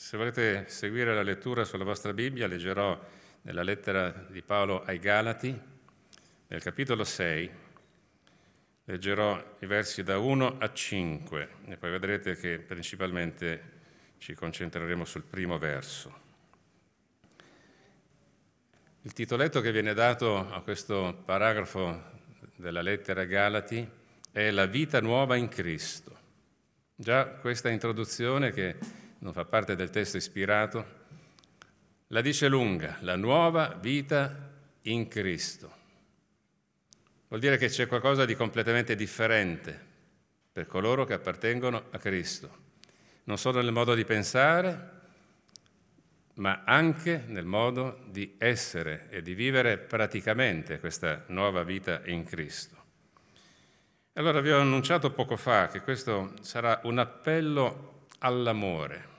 Se volete seguire la lettura sulla vostra Bibbia, leggerò nella lettera di Paolo ai Galati, nel capitolo 6, leggerò i versi da 1 a 5 e poi vedrete che principalmente ci concentreremo sul primo verso. Il titoletto che viene dato a questo paragrafo della lettera ai Galati è La vita nuova in Cristo. Già questa introduzione, che non fa parte del testo ispirato, la dice lunga: la nuova vita in Cristo. Vuol dire che c'è qualcosa di completamente differente per coloro che appartengono a Cristo, non solo nel modo di pensare, ma anche nel modo di essere e di vivere praticamente questa nuova vita in Cristo. Allora vi ho annunciato poco fa che questo sarà un appello all'amore.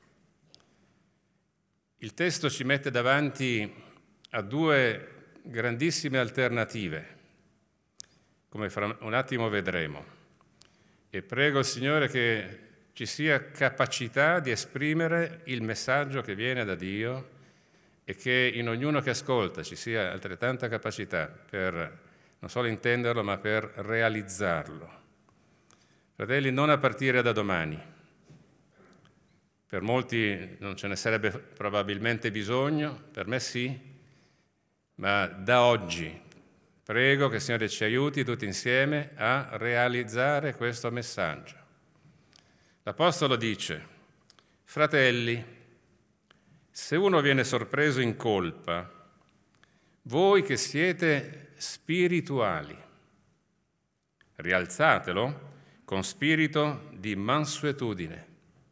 Il testo ci mette davanti a due grandissime alternative, come fra un attimo vedremo, e prego il Signore che ci sia capacità di esprimere il messaggio che viene da Dio e che in ognuno che ascolta ci sia altrettanta capacità per non solo intenderlo, ma per realizzarlo. Fratelli, non a partire da domani. Per molti non ce ne sarebbe probabilmente bisogno, per me sì, ma da oggi prego che il Signore ci aiuti tutti insieme a realizzare questo messaggio. L'Apostolo dice: fratelli, se uno viene sorpreso in colpa, voi che siete spirituali, rialzatelo con spirito di mansuetudine.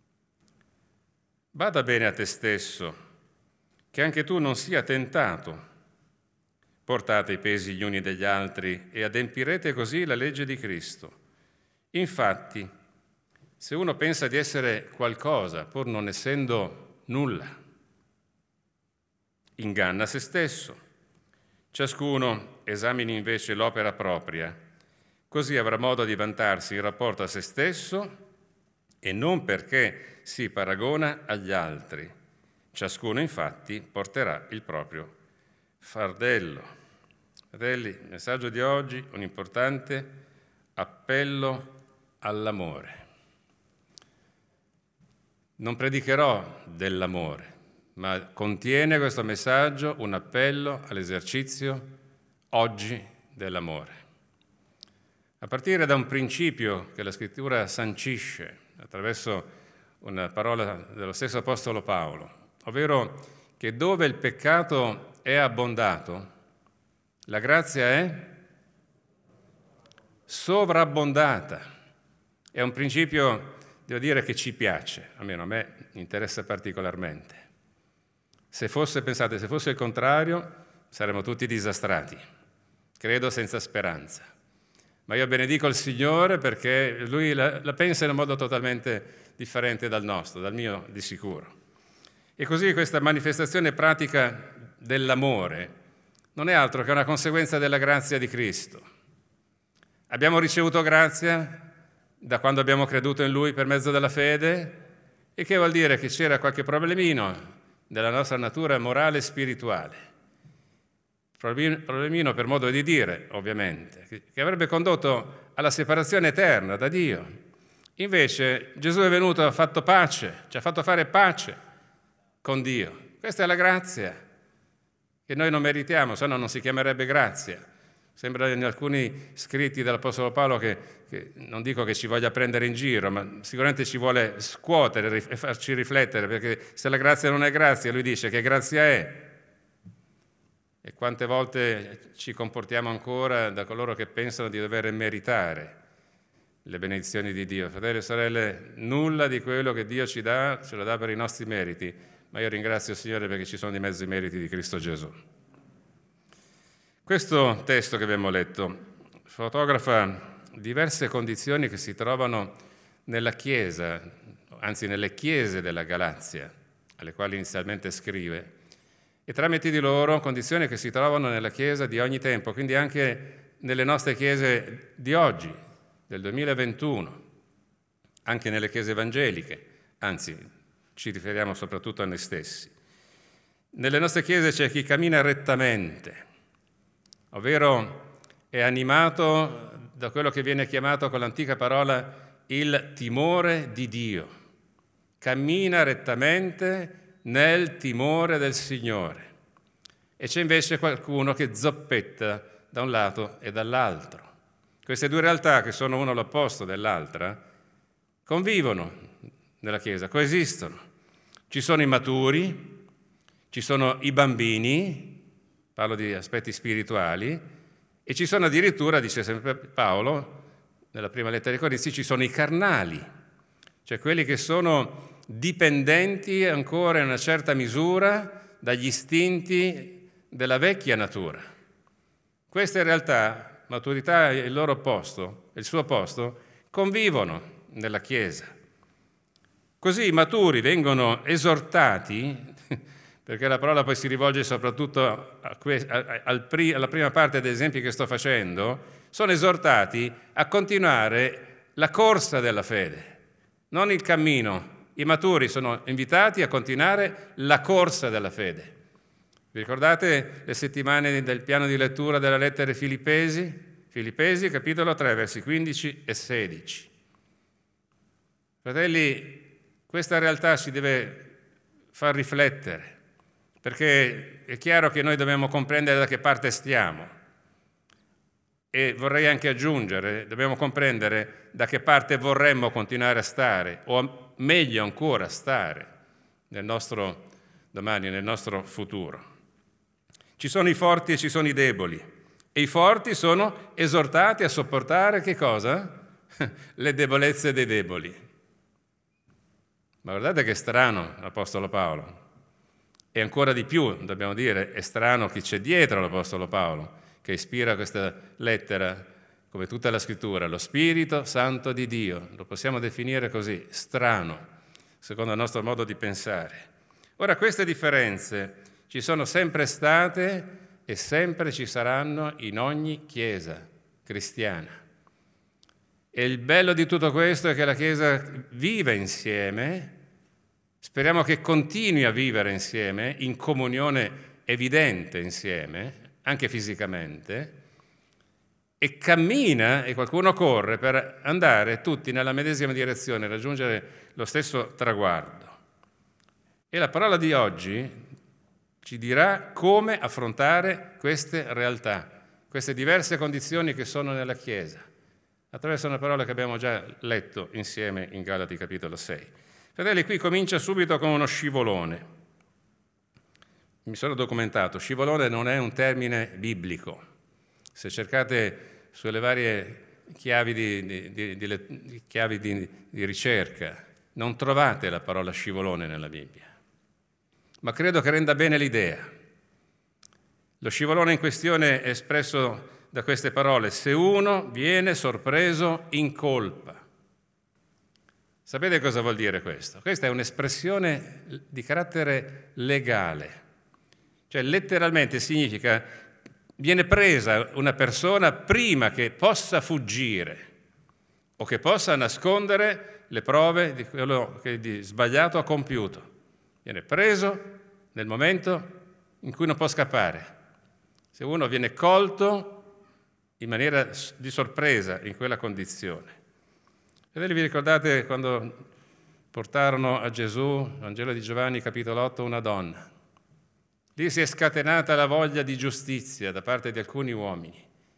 Bada bene a te stesso, che anche tu non sia tentato. Portate i pesi gli uni degli altri e adempirete così la legge di Cristo. Infatti, se uno pensa di essere qualcosa, pur non essendo nulla, inganna se stesso. Ciascuno esamini invece l'opera propria, così avrà modo di vantarsi in rapporto a se stesso e non perché si paragona agli altri. Ciascuno infatti porterà il proprio fardello. Fratelli, il messaggio di oggi, un importante appello all'amore. Non predicherò dell'amore, ma contiene questo messaggio un appello all'esercizio oggi dell'amore. A partire da un principio che la Scrittura sancisce attraverso una parola dello stesso Apostolo Paolo, ovvero che dove il peccato è abbondato, la grazia è sovrabbondata. È un principio, devo dire, che ci piace, almeno a me interessa particolarmente. Se fosse il contrario, saremmo tutti disastrati, credo senza speranza. Ma io benedico il Signore perché Lui la pensa in un modo totalmente differente dal nostro, dal mio di sicuro. E così questa manifestazione pratica dell'amore non è altro che una conseguenza della grazia di Cristo. Abbiamo ricevuto grazia da quando abbiamo creduto in Lui per mezzo della fede, e che vuol dire che c'era qualche problemino della nostra natura morale e spirituale. Problemino per modo di dire, ovviamente, che avrebbe condotto alla separazione eterna da Dio. Invece Gesù è venuto, ha fatto pace, ci ha fatto fare pace con Dio. Questa è la grazia che noi non meritiamo, se no non si chiamerebbe grazia. Sembra in alcuni scritti dell'Apostolo Paolo che non dico che ci voglia prendere in giro, ma sicuramente ci vuole scuotere e farci riflettere, perché se la grazia non è grazia, lui dice che grazia è. E quante volte ci comportiamo ancora da coloro che pensano di dover meritare le benedizioni di Dio. Fratelli e sorelle, nulla di quello che Dio ci dà, ce lo dà per i nostri meriti, ma io ringrazio il Signore perché ci sono di mezzo i meriti di Cristo Gesù. Questo testo che abbiamo letto fotografa diverse condizioni che si trovano nella Chiesa, anzi nelle chiese della Galazia, alle quali inizialmente scrive, e tramite di loro condizioni che si trovano nella Chiesa di ogni tempo, quindi anche nelle nostre chiese di oggi, del 2021, anche nelle chiese evangeliche, anzi ci riferiamo soprattutto a noi stessi. Nelle nostre chiese c'è chi cammina rettamente, ovvero è animato da quello che viene chiamato con l'antica parola il timore di Dio. Cammina rettamente nel timore del Signore. E c'è invece qualcuno che zoppetta da un lato e dall'altro. Queste due realtà, che sono una l'opposto dell'altra, convivono nella Chiesa, coesistono. Ci sono i maturi, ci sono i bambini, parlo di aspetti spirituali, e ci sono addirittura, dice sempre Paolo, nella prima lettera ai Corinzi, ci sono i carnali, cioè quelli che sono dipendenti ancora in una certa misura dagli istinti della vecchia natura. Queste realtà, maturità e il loro posto, il suo posto, convivono nella Chiesa. Così i maturi vengono esortati, perché la parola poi si rivolge soprattutto alla prima parte degli esempi che sto facendo, sono esortati a continuare la corsa della fede, non il cammino. I maturi sono invitati a continuare la corsa della fede. Vi ricordate le settimane del piano di lettura della lettera ai Filippesi? Filippesi, capitolo 3, versi 15 e 16. Fratelli, questa realtà ci deve far riflettere, perché è chiaro che noi dobbiamo comprendere da che parte stiamo. E vorrei anche aggiungere, dobbiamo comprendere da che parte vorremmo continuare a stare, o meglio ancora stare, nel nostro domani, nel nostro futuro. Ci sono i forti e ci sono i deboli, e i forti sono esortati a sopportare che cosa? Le debolezze dei deboli. Ma guardate che strano l'Apostolo Paolo. E ancora di più, dobbiamo dire, è strano chi c'è dietro l'Apostolo Paolo, che ispira questa lettera, come tutta la Scrittura, lo Spirito Santo di Dio. Lo possiamo definire così, strano, secondo il nostro modo di pensare. Ora, queste differenze ci sono sempre state e sempre ci saranno in ogni Chiesa cristiana. E il bello di tutto questo è che la Chiesa vive insieme, speriamo che continui a vivere insieme, in comunione evidente insieme, anche fisicamente, e cammina, e qualcuno corre per andare tutti nella medesima direzione, raggiungere lo stesso traguardo. E la parola di oggi ci dirà come affrontare queste realtà, queste diverse condizioni che sono nella Chiesa, attraverso una parola che abbiamo già letto insieme in Galati capitolo 6. Fratelli, qui comincia subito con uno scivolone. Mi sono documentato, scivolone non è un termine biblico. Se cercate sulle varie chiavi di ricerca, non trovate la parola scivolone nella Bibbia. Ma credo che renda bene l'idea. Lo scivolone in questione è espresso da queste parole: se uno viene sorpreso in colpa. Sapete cosa vuol dire questo? Questa è un'espressione di carattere legale. Cioè letteralmente significa viene presa una persona prima che possa fuggire o che possa nascondere le prove di quello che di sbagliato ha compiuto. Viene preso nel momento in cui non può scappare. Se uno viene colto in maniera di sorpresa in quella condizione. Vedete, vi ricordate quando portarono a Gesù, Vangelo di Giovanni, capitolo 8, una donna? Lì si è scatenata la voglia di giustizia da parte di alcuni uomini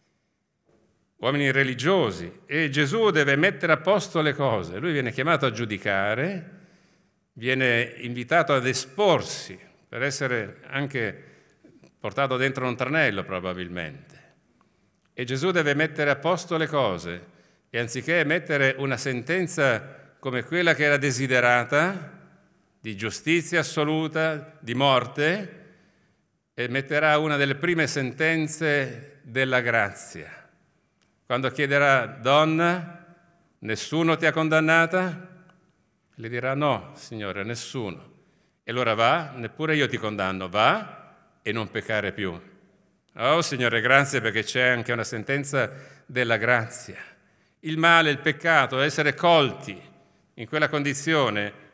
religiosi, e Gesù deve mettere a posto le cose. Lui viene chiamato a giudicare, viene invitato ad esporsi per essere anche portato dentro un tranello probabilmente. E Gesù deve mettere a posto le cose e anziché mettere una sentenza come quella che era desiderata, di giustizia assoluta, di morte, metterà una delle prime sentenze della grazia. Quando chiederà: donna, nessuno ti ha condannata? Le dirà: no, Signore, nessuno. E allora va, neppure io ti condanno, va e non peccare più. Oh Signore, grazie, perché c'è anche una sentenza della grazia. Il male, il peccato, essere colti in quella condizione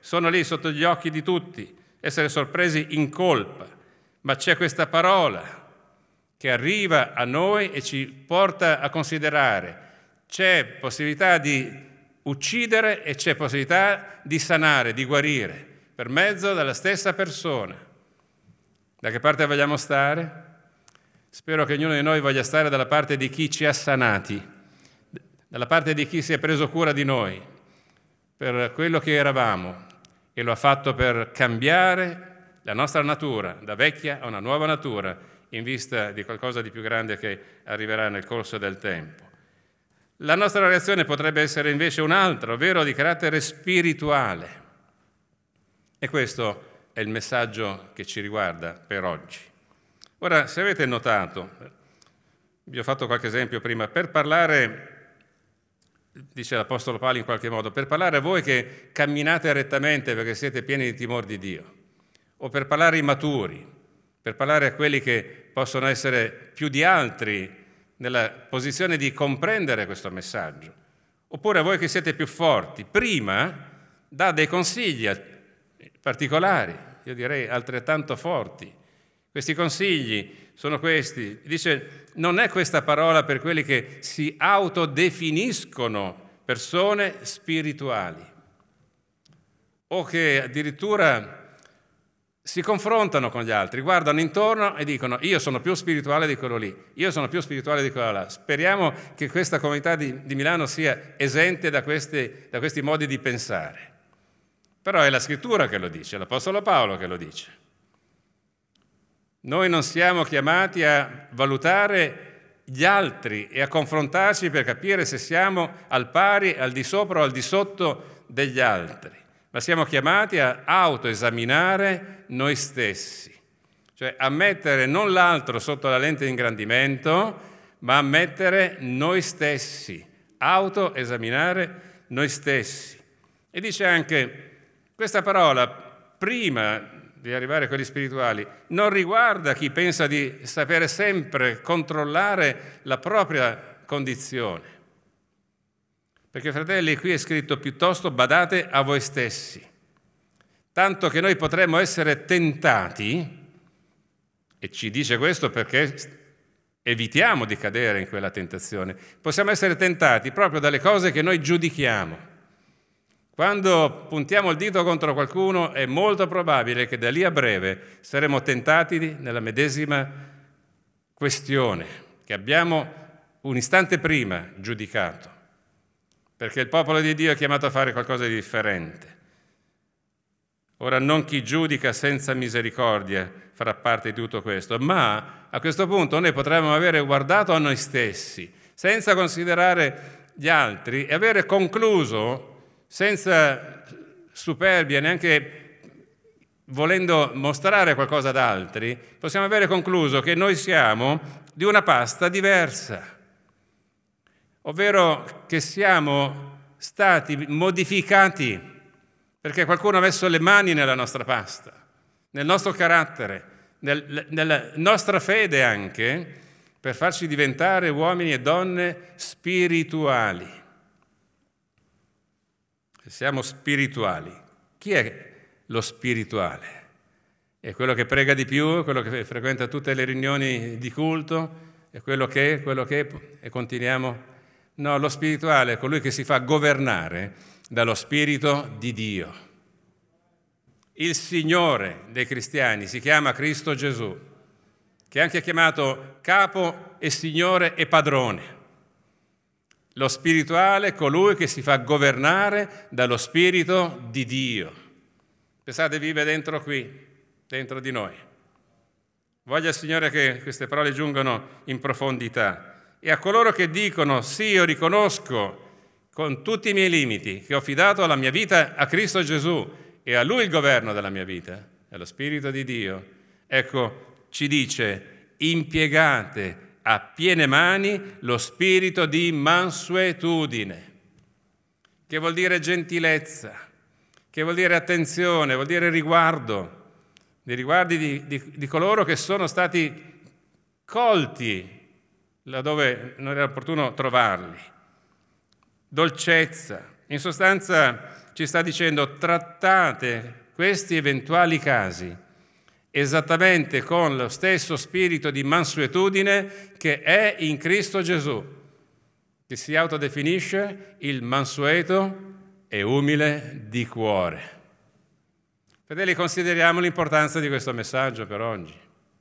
sono lì sotto gli occhi di tutti, essere sorpresi in colpa, ma c'è questa parola che arriva a noi e ci porta a considerare. C'è possibilità di uccidere e c'è possibilità di sanare, di guarire, per mezzo della stessa persona. Da che parte vogliamo stare? Spero che ognuno di noi voglia stare dalla parte di chi ci ha sanati, dalla parte di chi si è preso cura di noi, per quello che eravamo, e lo ha fatto per cambiare la nostra natura, da vecchia a una nuova natura, in vista di qualcosa di più grande che arriverà nel corso del tempo. La nostra reazione potrebbe essere invece un'altra, ovvero di carattere spirituale. E questo è il messaggio che ci riguarda per oggi. Ora, se avete notato, vi ho fatto qualche esempio prima, per parlare, dice l'Apostolo Paolo in qualche modo, per parlare a voi che camminate rettamente perché siete pieni di timore di Dio, o per parlare ai maturi, per parlare a quelli che possono essere più di altri nella posizione di comprendere questo messaggio, oppure a voi che siete più forti, prima dà dei consigli particolari, io direi altrettanto forti. Questi consigli sono questi. Dice, non è questa parola per quelli che si autodefiniscono persone spirituali o che addirittura si confrontano con gli altri, guardano intorno e dicono io sono più spirituale di quello lì, io sono più spirituale di quello là. Speriamo che questa comunità di Milano sia esente da questi modi di pensare. Però è la Scrittura che lo dice, è l'Apostolo Paolo che lo dice. Noi non siamo chiamati a valutare gli altri e a confrontarci per capire se siamo al pari, al di sopra o al di sotto degli altri, ma siamo chiamati a autoesaminare noi stessi, cioè a mettere non l'altro sotto la lente di ingrandimento, ma a mettere noi stessi, autoesaminare noi stessi. E dice anche, questa parola, prima di arrivare a quelli spirituali, non riguarda chi pensa di sapere sempre controllare la propria condizione. Perché, fratelli, qui è scritto piuttosto badate a voi stessi, tanto che noi potremmo essere tentati, e ci dice questo perché evitiamo di cadere in quella tentazione, possiamo essere tentati proprio dalle cose che noi giudichiamo. Quando puntiamo il dito contro qualcuno è molto probabile che da lì a breve saremo tentati nella medesima questione che abbiamo un istante prima giudicato, perché il popolo di Dio è chiamato a fare qualcosa di differente. Ora non chi giudica senza misericordia farà parte di tutto questo, ma a questo punto noi potremmo avere guardato a noi stessi senza considerare gli altri e avere concluso senza superbia, neanche volendo mostrare qualcosa ad altri, possiamo avere concluso che noi siamo di una pasta diversa, ovvero che siamo stati modificati perché qualcuno ha messo le mani nella nostra pasta, nel nostro carattere, nella nostra fede anche, per farci diventare uomini e donne spirituali. Siamo spirituali. Chi è lo spirituale? È quello che prega di più, è quello che frequenta tutte le riunioni di culto, è quello che, e continuiamo. No, lo spirituale è colui che si fa governare dallo Spirito di Dio. Il Signore dei cristiani si chiama Cristo Gesù, che è anche chiamato Capo e Signore e Padrone. Lo spirituale è colui che si fa governare dallo Spirito di Dio. Pensate, vive dentro qui, dentro di noi. Voglia il Signore che queste parole giungano in profondità. E a coloro che dicono, sì, io riconosco con tutti i miei limiti che ho affidato la mia vita a Cristo Gesù e a Lui il governo della mia vita, è lo Spirito di Dio. Ecco, ci dice, impiegate a piene mani lo spirito di mansuetudine, che vuol dire gentilezza, che vuol dire attenzione, vuol dire riguardo, nei riguardi di coloro che sono stati colti laddove non era opportuno trovarli. Dolcezza, in sostanza ci sta dicendo: trattate questi eventuali casi esattamente con lo stesso spirito di mansuetudine che è in Cristo Gesù, che si autodefinisce il mansueto e umile di cuore. Fratelli, consideriamo l'importanza di questo messaggio per oggi.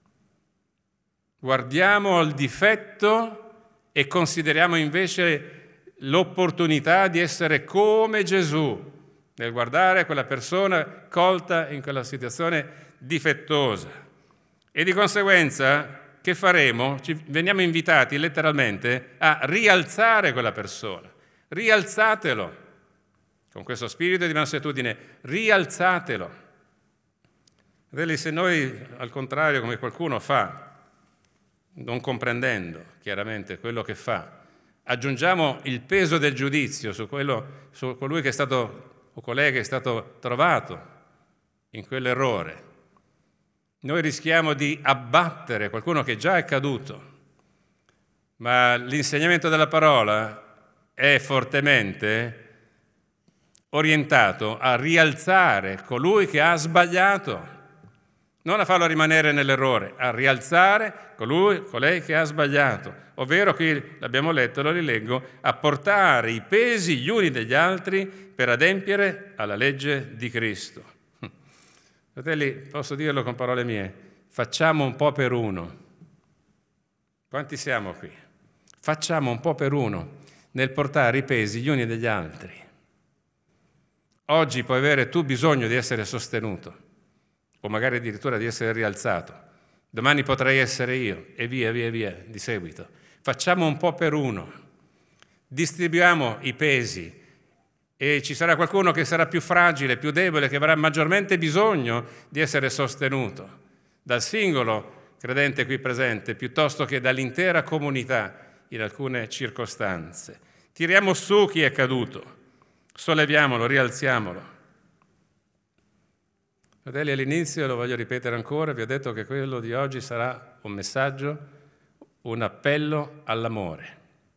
Guardiamo il difetto e consideriamo invece l'opportunità di essere come Gesù nel guardare quella persona colta in quella situazione difettosa. E di conseguenza che faremo? Veniamo invitati letteralmente a rialzare quella persona. Rialzatelo. Con questo spirito di mansuetudine, rialzatelo. Fratelli, se noi, al contrario, come qualcuno fa, non comprendendo chiaramente quello che fa, aggiungiamo il peso del giudizio su colui che è stato, o colei che è stato trovato in quell'errore, noi rischiamo di abbattere qualcuno che già è caduto. Ma l'insegnamento della parola è fortemente orientato a rialzare colui che ha sbagliato, non a farlo rimanere nell'errore, a rialzare colei che ha sbagliato, ovvero, qui l'abbiamo letto, lo rileggo, a portare i pesi gli uni degli altri per adempiere alla legge di Cristo. Fratelli, posso dirlo con parole mie, facciamo un po' per uno. Quanti siamo qui? Facciamo un po' per uno nel portare i pesi gli uni degli altri. Oggi puoi avere tu bisogno di essere sostenuto, o magari addirittura di essere rialzato. Domani potrei essere io, e via di seguito. Facciamo un po' per uno. Distribuiamo i pesi e ci sarà qualcuno che sarà più fragile, più debole, che avrà maggiormente bisogno di essere sostenuto dal singolo credente qui presente, piuttosto che dall'intera comunità in alcune circostanze. Tiriamo su chi è caduto, solleviamolo, rialziamolo. Fratelli, all'inizio, lo voglio ripetere ancora, vi ho detto che quello di oggi sarà un messaggio, un appello all'amore.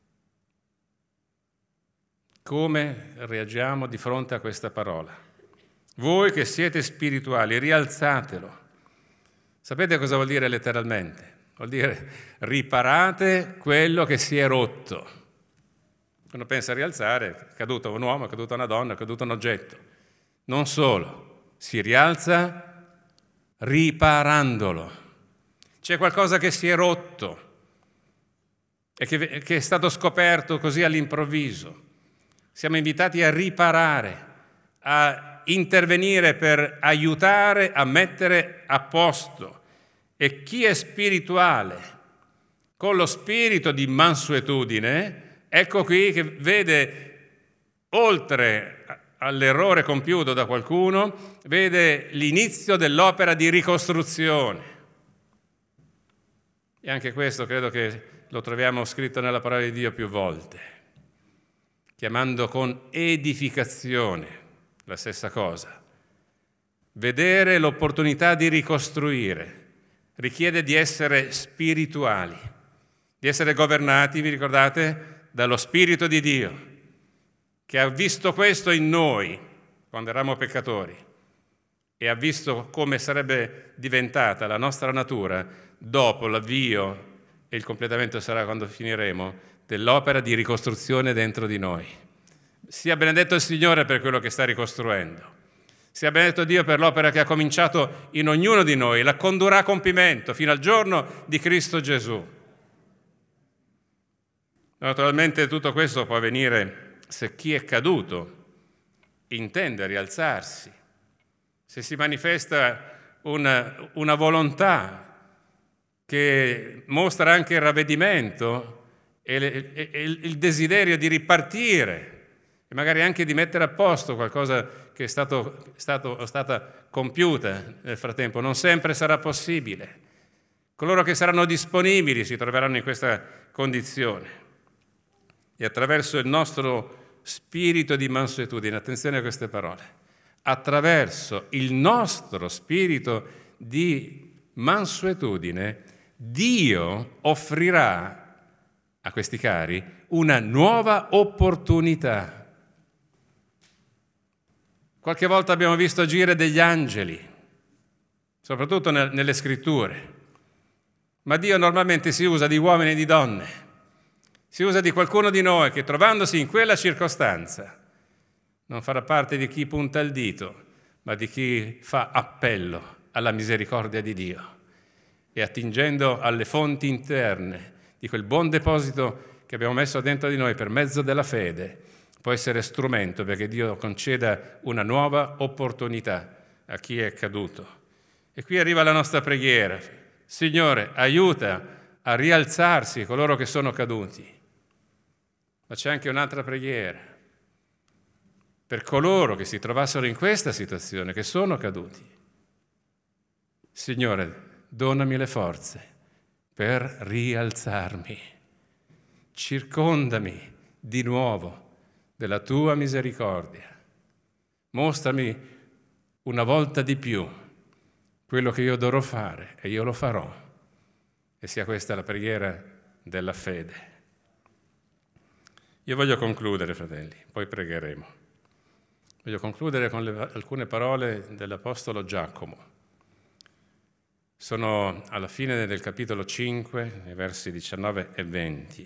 Come reagiamo di fronte a questa parola? Voi che siete spirituali, rialzatelo. Sapete cosa vuol dire letteralmente? Vuol dire riparate quello che si è rotto. Quando pensa a rialzare, è caduto un uomo, è caduta una donna, è caduto un oggetto. Non solo, si rialza riparandolo. C'è qualcosa che si è rotto e che è stato scoperto così all'improvviso. Siamo invitati a riparare, a intervenire per aiutare a mettere a posto. E chi è spirituale, con lo spirito di mansuetudine, ecco qui che vede, oltre all'errore compiuto da qualcuno, vede l'inizio dell'opera di ricostruzione. E anche questo credo che lo troviamo scritto nella parola di Dio più volte, chiamando con edificazione la stessa cosa. Vedere l'opportunità di ricostruire richiede di essere spirituali, di essere governati, vi ricordate, dallo Spirito di Dio, che ha visto questo in noi quando eravamo peccatori e ha visto come sarebbe diventata la nostra natura dopo l'avvio, e il completamento sarà quando finiremo, dell'opera di ricostruzione dentro di noi. Sia benedetto il Signore per quello che sta ricostruendo. Sia benedetto Dio per l'opera che ha cominciato in ognuno di noi, la condurrà a compimento fino al giorno di Cristo Gesù. Naturalmente tutto questo può avvenire se chi è caduto intende rialzarsi, se si manifesta una volontà che mostra anche il ravvedimento e il desiderio di ripartire e magari anche di mettere a posto qualcosa che è stata compiuta nel frattempo. Non sempre sarà possibile. Coloro che saranno disponibili si troveranno in questa condizione. E attraverso il nostro spirito di mansuetudine, attenzione a queste parole, attraverso il nostro spirito di mansuetudine, Dio offrirà a questi cari una nuova opportunità. Qualche volta abbiamo visto agire degli angeli, soprattutto nelle scritture. Ma Dio normalmente si usa di uomini e di donne, si usa di qualcuno di noi che, trovandosi in quella circostanza, non farà parte di chi punta il dito, ma di chi fa appello alla misericordia di Dio e attingendo alle fonti interne di quel buon deposito che abbiamo messo dentro di noi per mezzo della fede, può essere strumento perché Dio conceda una nuova opportunità a chi è caduto. E qui arriva la nostra preghiera: Signore, aiuta a rialzarsi coloro che sono caduti. Ma c'è anche un'altra preghiera per coloro che si trovassero in questa situazione, che sono caduti. Signore, donami le forze per rialzarmi. Circondami di nuovo della tua misericordia. Mostrami una volta di più quello che io dovrò fare e io lo farò. E sia questa la preghiera della fede. Io voglio concludere, fratelli, poi pregheremo. Voglio concludere con alcune parole dell'Apostolo Giacomo. Sono alla fine del capitolo 5, nei versi 19 e 20.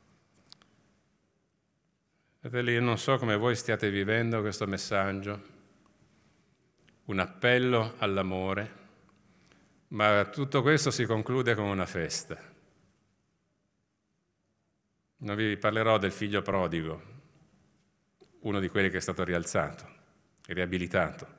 Fratelli, io non so come voi stiate vivendo questo messaggio, un appello all'amore, ma tutto questo si conclude con una festa. Non vi parlerò del figlio prodigo, uno di quelli che è stato rialzato e riabilitato,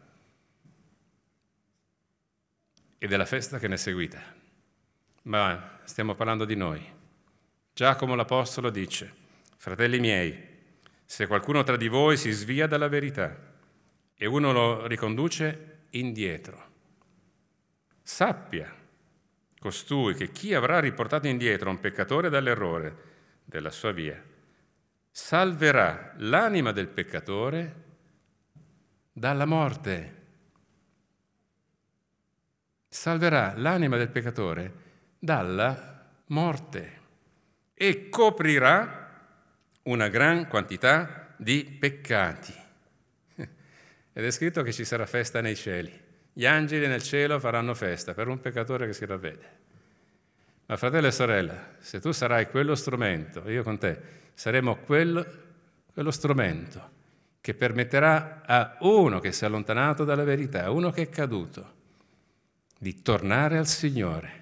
e della festa che ne è seguita, ma stiamo parlando di noi. Giacomo l'Apostolo dice: fratelli miei, se qualcuno tra di voi si svia dalla verità e uno lo riconduce indietro, sappia costui che chi avrà riportato indietro un peccatore dall'errore della sua via salverà l'anima del peccatore dalla morte. Salverà l'anima del peccatore dalla morte e coprirà una gran quantità di peccati. Ed è scritto che ci sarà festa nei cieli. Gli angeli nel cielo faranno festa per un peccatore che si ravvede. Ma fratello e sorella, se tu sarai quello strumento, io con te, saremo quello strumento che permetterà a uno che si è allontanato dalla verità, a uno che è caduto, di tornare al Signore.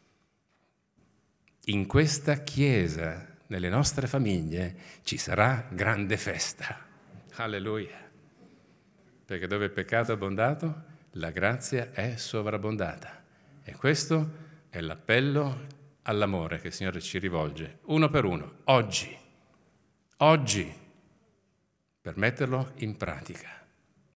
In questa Chiesa, nelle nostre famiglie, ci sarà grande festa. Alleluia. Perché dove il peccato è abbondato, la grazia è sovrabbondata. E questo è l'appello all'amore che il Signore ci rivolge, uno per uno, oggi, per metterlo in pratica.